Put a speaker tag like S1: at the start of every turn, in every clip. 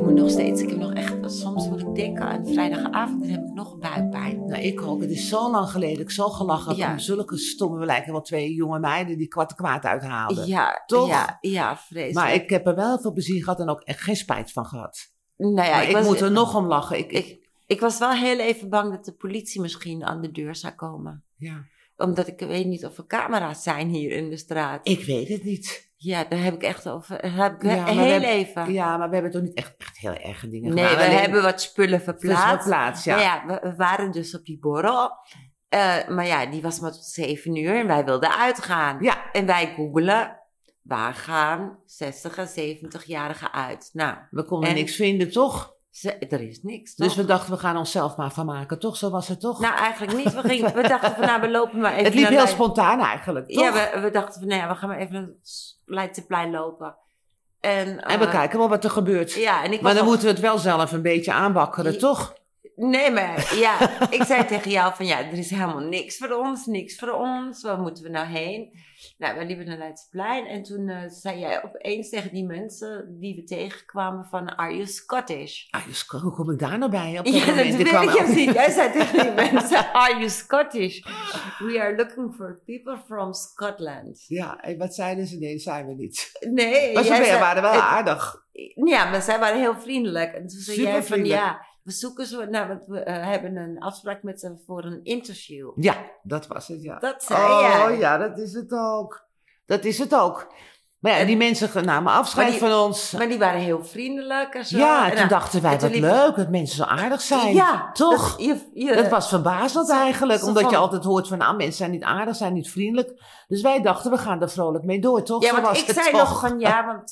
S1: me nog steeds. Ik heb nog echt, soms moet ik denken aan vrijdagavond, dan heb ik nog buikpijn.
S2: Nou, ik ook. Het is zo lang geleden. Ik zo gelachen heb
S1: Ja.
S2: om zulke stomme, we lijken wel 2 jonge meiden die kwaad uithaalden.
S1: Ja,
S2: Toch?
S1: Ja, vreselijk.
S2: Maar ik heb er wel heel veel plezier gehad en ook echt geen spijt van gehad.
S1: Nou ja,
S2: Maar ik moet er nog om lachen.
S1: Ik was wel heel even bang dat de politie misschien aan de deur zou komen.
S2: Ja.
S1: Omdat ik weet niet of er camera's zijn hier in de straat.
S2: Ik weet het niet.
S1: Ja, daar heb ik echt over. Even.
S2: Ja, maar we hebben toch niet echt heel erge dingen
S1: Nee,
S2: gedaan.
S1: we hebben wat spullen verplaatst.
S2: Ja.
S1: Maar ja, we waren dus op die borrel. Maar ja, die was maar tot 7 uur en wij wilden uitgaan.
S2: Ja.
S1: En wij googelen, waar gaan 60 en 70-jarigen uit? Nou,
S2: We konden niks vinden, toch?
S1: er is niks, toch?
S2: Dus we dachten, we gaan onszelf maar vermaken, toch? Zo was het toch?
S1: Nou, eigenlijk niet. We dachten van, nou, we lopen maar even.
S2: Het liep heel spontaan eigenlijk, toch?
S1: Ja, we dachten van, nou ja, we gaan maar even naar het Leidseplein lopen. En
S2: we kijken wel wat er gebeurt.
S1: Ja,
S2: maar dan moeten we het wel zelf een beetje aanwakkeren, toch?
S1: Nee, maar ja, ik zei tegen jou van, ja, er is helemaal niks voor ons. Waar moeten we nou heen? Nou, we liepen naar Leidseplein en toen zei jij opeens tegen die mensen die we tegenkwamen van, are you Scottish?
S2: Hoe kom ik daar nou bij? Op
S1: Ja, dat weet ik even niet. Jij zei tegen die mensen, are you Scottish? We are looking for people from Scotland.
S2: Ja, en wat zeiden ze? Nee, zijn we niet.
S1: Nee.
S2: Maar ze waren wel aardig.
S1: Ja, maar zij waren heel vriendelijk. En toen zei jij van,
S2: vriendelijk.
S1: ja, we zoeken zo, nou, want we hebben een afspraak met ze voor een interview.
S2: Ja, dat was het, ja.
S1: Dat zei jij.
S2: Oh ja, dat is het ook. Dat is het ook. Maar ja, die mensen namen afscheid van ons.
S1: Maar die waren heel vriendelijk en zo.
S2: Ja, en toen dachten wij, wat leuk dat mensen zo aardig zijn. Ja, toch? Dat was verbazend eigenlijk. Omdat je altijd hoort van, mensen zijn niet aardig, zijn niet vriendelijk. Dus wij dachten, we gaan er vrolijk mee door, toch?
S1: Ja, want ik zei nog van, ja, want...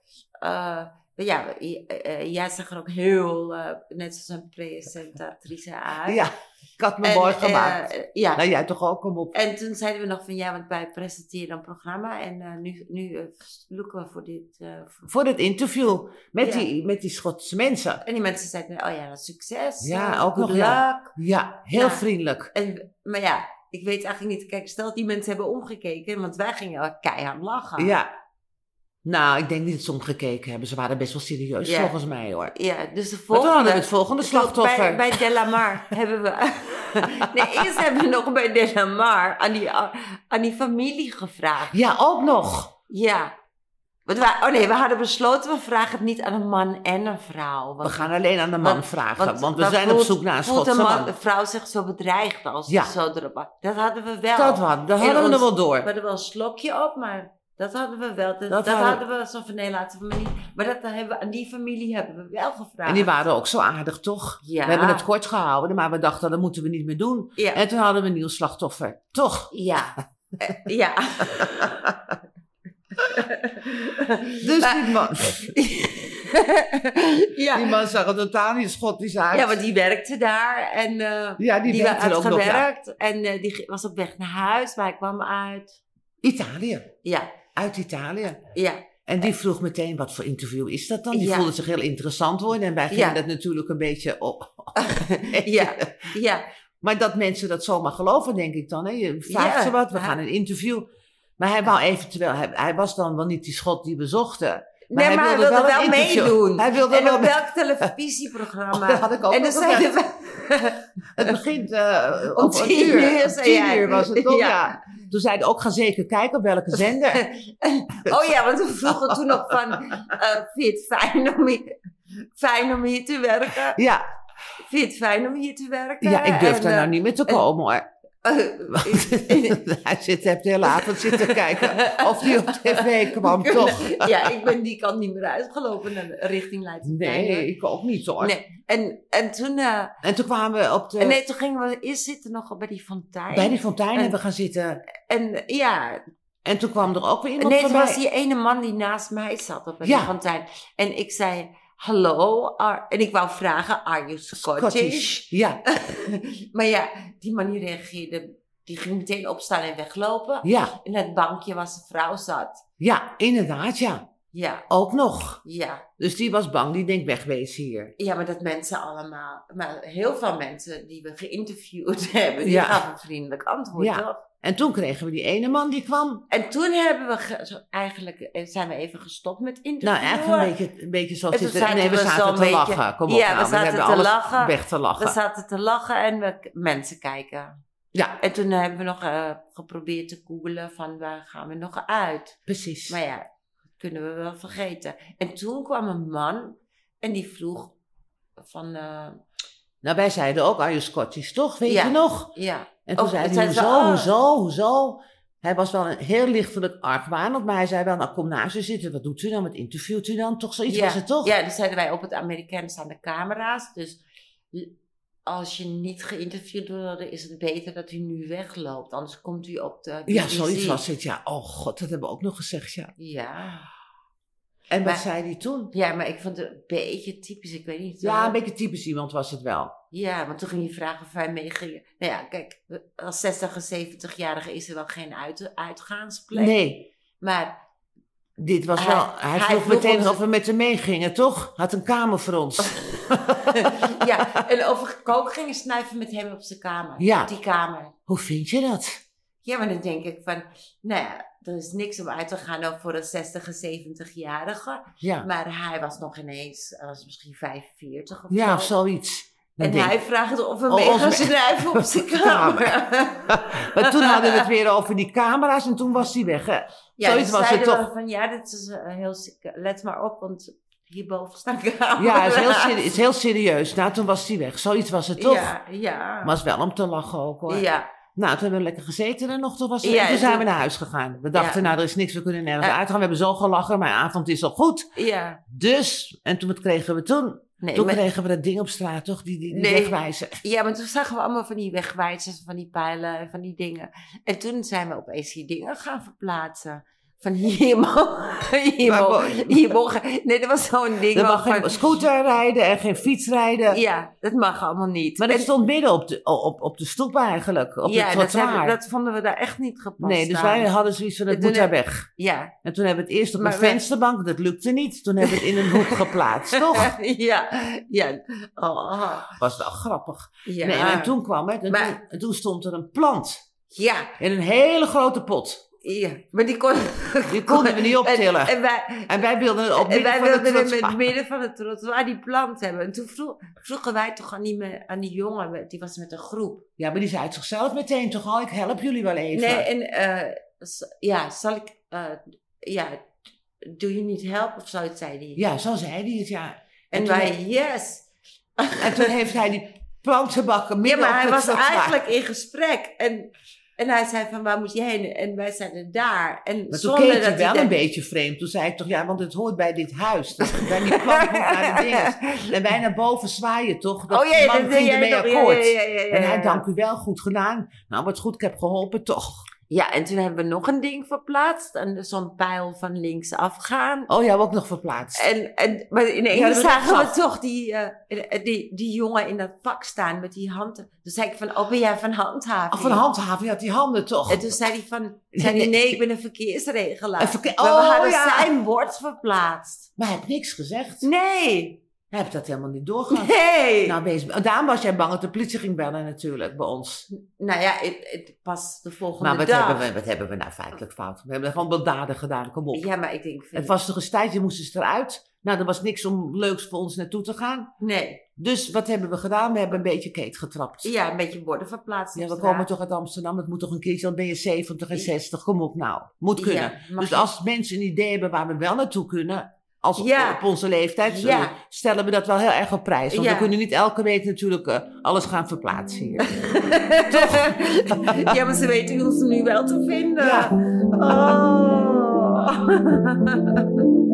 S1: jij zag er ook heel, net zoals een presentatrice uit.
S2: Ja, ik had me mooi gemaakt.
S1: Ja.
S2: Nou, jij toch ook, kom op.
S1: En toen zeiden we nog van, ja, want wij presenteren een programma. En nu zoeken we voor dit
S2: interview met die Schotse mensen.
S1: En die mensen zeiden, oh ja, succes.
S2: Ja, ook nog
S1: leuk.
S2: Ja, heel vriendelijk.
S1: Maar ja, ik weet eigenlijk niet, kijk, stel dat die mensen hebben omgekeken, want wij gingen keihard lachen.
S2: Ja. Nou, ik denk niet dat ze omgekeken hebben. Ze waren best wel serieus, volgens mij, hoor.
S1: Ja, dus de volgende...
S2: Maar toen hadden we het volgende slachtoffer.
S1: Bij Delamar hebben we... Nee, eerst hebben we nog bij Delamar aan die familie gevraagd.
S2: Ja, ook nog.
S1: Ja. We hadden besloten, we vragen het niet aan een man en een vrouw.
S2: We gaan alleen aan de man vragen, want we zijn op zoek naar een Schotse man.
S1: De vrouw zich zo bedreigd als ze zo erop. Dat hadden we wel.
S2: Dat hadden we er wel door.
S1: We hadden wel een slokje op, maar... Dat hadden we wel. Dat hadden we zo van, nee, laten we maar niet. Maar dat hebben we, aan die familie hebben we wel gevraagd.
S2: En die waren ook zo aardig, toch?
S1: Ja.
S2: We hebben het kort gehouden, maar we dachten, dat moeten we niet meer doen.
S1: Ja.
S2: En toen hadden we een nieuw slachtoffer, toch?
S1: Ja. Ja.
S2: Dus die man... Die man zag er totaal niet Schottisch uit.
S1: Ja, want die werkte daar. En
S2: die
S1: had
S2: ook
S1: gewerkt.
S2: Nog,
S1: En die was op weg naar huis, maar hij kwam uit...
S2: Italië.
S1: Ja.
S2: Uit Italië.
S1: Ja.
S2: En die vroeg meteen, wat voor interview is dat dan? Die voelde zich heel interessant worden. En wij gingen dat natuurlijk een beetje op.
S1: Ja.
S2: Maar dat mensen dat zomaar geloven, denk ik dan. Hè? Je vraagt ze wat, we gaan een interview. Maar hij wou eventueel, hij was dan wel niet die Schot die we zochten. Maar
S1: hij wilde wel meedoen.
S2: Hij wilde
S1: en
S2: wel
S1: op welk televisieprogramma?
S2: Dat had ik ook.
S1: En dan zeiden we...
S2: Het begint
S1: om 10 uur.
S2: Om 10 uur was het toch, ja. Toen zeiden ook, ga zeker kijken op welke zender.
S1: Oh ja, want we vroegen toen nog van, vind je het fijn om hier te werken?
S2: Ja.
S1: Vind je het fijn om hier te werken?
S2: Ja, ik durf daar nou niet meer te komen, hoor. Hij heeft de hele avond zitten kijken of die op tv kwam, toch?
S1: Ja, ik ben die kant niet meer uitgelopen richting Leidseplein.
S2: Nee, ik ook niet, hoor.
S1: Nee. En toen...
S2: En toen kwamen we op de...
S1: Nee, toen gingen we eerst zitten nog bij die fontein.
S2: Bij die fontein hebben we gaan zitten.
S1: En ja...
S2: En toen kwam er ook weer iemand voorbij.
S1: Nee, het was die ene man die naast mij zat op die fontein. En ik zei... Hallo, en ik wou vragen, are you Scottish?
S2: Ja.
S1: Maar ja, die man die reageerde, die ging meteen opstaan en weglopen.
S2: Ja.
S1: En het bankje waar zijn vrouw zat.
S2: Ja, inderdaad, ja.
S1: Ja.
S2: Ook nog.
S1: Ja.
S2: Dus die was bang, die denkt wegwezen hier.
S1: Ja, maar dat mensen allemaal, maar heel veel mensen die we geïnterviewd hebben, die gaven vriendelijk antwoord, toch?
S2: En toen kregen we die ene man die kwam.
S1: En toen hebben we zijn we even gestopt met interviewen.
S2: Nou, eigenlijk een beetje zoals het. Nee, we zaten te lachen. Kom op,
S1: we zaten te lachen.
S2: Weg te lachen.
S1: We zaten te lachen en we mensen kijken.
S2: Ja.
S1: En toen hebben we nog geprobeerd te googlen van waar gaan we nog uit.
S2: Precies.
S1: Maar ja, dat kunnen we wel vergeten. En toen kwam een man en die vroeg van...
S2: Nou, wij zeiden ook, are you Scottish, toch? Weet je nog?
S1: Ja.
S2: En toen zei hij, hoezo? Hij was wel een heel lichtelijk argwanend, maar hij zei wel, nou kom naast u zitten, wat doet u dan, wat interviewt u dan? Toch zoiets was het toch?
S1: Ja, dan zeiden wij, op het Amerikaans staan de camera's, dus als je niet geïnterviewd wordt, is het beter dat u nu wegloopt, anders komt u op de BBC.
S2: Ja, zoiets was het, ja. Oh god, dat hebben we ook nog gezegd, ja.
S1: Ja.
S2: En wat zei hij toen?
S1: Ja, maar ik vond het een beetje typisch, ik weet niet.
S2: Ja, een beetje typisch iemand was het wel.
S1: Ja, want toen ging hij vragen of wij meegingen. Nou ja, kijk, als 60 en 70-jarige is er wel geen uitgaansplek.
S2: Nee.
S1: Maar...
S2: Dit was wel... Hij vroeg meteen of we met hem meegingen, toch? Had een kamer voor ons.
S1: Ja, en over kook gingen snuiven met hem op zijn kamer.
S2: Ja.
S1: Op die kamer.
S2: Hoe vind je dat?
S1: Ja, maar dan denk ik van... Nou ja, er is niks om uit te gaan ook voor een 60 en 70-jarige.
S2: Ja.
S1: Maar hij was nog ineens... Hij was misschien 45 of
S2: ja,
S1: zo.
S2: Of zoiets.
S1: En hij vraagt of we mee gaan snuiven op zijn kamer.
S2: Maar toen hadden we het weer over die camera's en toen was hij weg. Hè?
S1: Ja, zoiets was het toch. Van, ja, dit is heel... Let maar op, want hierboven staan camera's.
S2: Ja, het is heel serieus. Nou, toen was hij weg. Zoiets was het toch?
S1: Ja.
S2: Maar was wel om te lachen ook, hoor.
S1: Ja.
S2: Nou, toen hebben we lekker gezeten en nog. Toen zijn we naar huis gegaan. We dachten, nou, er is niks, we kunnen nergens uitgaan. We hebben zo gelachen, mijn avond is al goed.
S1: Ja.
S2: Dus, en toen, wat kregen we toen? Toen kregen we dat ding op straat, toch? Die wegwijzer.
S1: Ja, maar toen zagen we allemaal van die wegwijzers, van die pijlen en van die dingen. En toen zijn we opeens die dingen gaan verplaatsen. Van hier mogen... Nee, dat was zo'n ding.
S2: Er mag geen scooter rijden en geen fiets rijden.
S1: Ja, dat mag allemaal niet.
S2: Maar dat stond midden op de stoep eigenlijk. Op de trottoir.
S1: Dat vonden we daar echt niet gepast.
S2: Nee, dus wij hadden zoiets van, het moet daar weg.
S1: Ja.
S2: En toen hebben we het eerst op een vensterbank, dat lukte niet. Toen hebben we het in een hoek geplaatst, toch?
S1: Ja.
S2: Was wel grappig.
S1: Ja.
S2: Nee, en toen kwam het. En toen stond er een plant.
S1: Ja.
S2: In een hele grote pot.
S1: Ja, maar die konden
S2: we niet optillen. En wij wilden het op
S1: midden van het trottoir die plant hebben. En toen vroegen wij toch aan die jongen, die was met een groep.
S2: Ja, maar die zei het zichzelf meteen toch al, ik help jullie wel even.
S1: Nee, en zal ik, doe je niet helpen of zo, zei hij.
S2: Ja, zo zei hij het, ja.
S1: En wij, yes.
S2: En toen heeft hij die plantenbakken midden op het trottoir.
S1: Ja, maar hij was eigenlijk in gesprek en hij zei van, waar moet je heen? En wij zeiden daar. En
S2: maar toen keek hij wel een beetje vreemd. Toen zei ik toch, ja, want het hoort bij dit huis. Dus bij die plant naar de dingen. En wij naar boven zwaaien toch? Dat man ging ermee akkoord. Ja. En hij, dank u wel, goed gedaan. Nou, wat goed, ik heb geholpen, toch?
S1: Ja, en toen hebben we nog een ding verplaatst. En zo'n pijl van links afgaan.
S2: Oh ja, ook nog verplaatst.
S1: Maar ineens zagen we toch die jongen in dat pak staan met die handen. Toen zei ik van, ben jij van handhaving?
S2: Van handhaving, had die handen toch?
S1: En toen zei hij nee, ik ben een verkeersregelaar. Maar we hadden zijn bord verplaatst.
S2: Maar hij heeft niks gezegd.
S1: Nee.
S2: Hij heeft dat helemaal niet doorgehad.
S1: Nee.
S2: Nou, daarom was jij bang dat de politie ging bellen natuurlijk bij ons.
S1: Nou ja, het pas de volgende dag.
S2: Wat hebben we nou feitelijk fout? We hebben gewoon wel daden gedaan, kom op.
S1: Ja, maar ik denk...
S2: Het was toch een tijdje, moesten ze eruit. Nou, er was niks om leuks voor ons naartoe te gaan.
S1: Nee.
S2: Dus wat hebben we gedaan? We hebben een beetje keet getrapt.
S1: Ja, een beetje borden verplaatst.
S2: Ja, we komen toch uit Amsterdam. Dat moet toch een keertje, dan ben je 70 en 60. Kom op nou. Moet kunnen. Ja, dus als mensen een idee hebben waar we wel naartoe kunnen... op onze leeftijd stellen we dat wel heel erg op prijs. Want we kunnen niet elke week natuurlijk alles gaan verplaatsen hier.
S1: Toch? Ja, maar ze weten ons nu wel te vinden.
S2: Ja.
S1: Oh.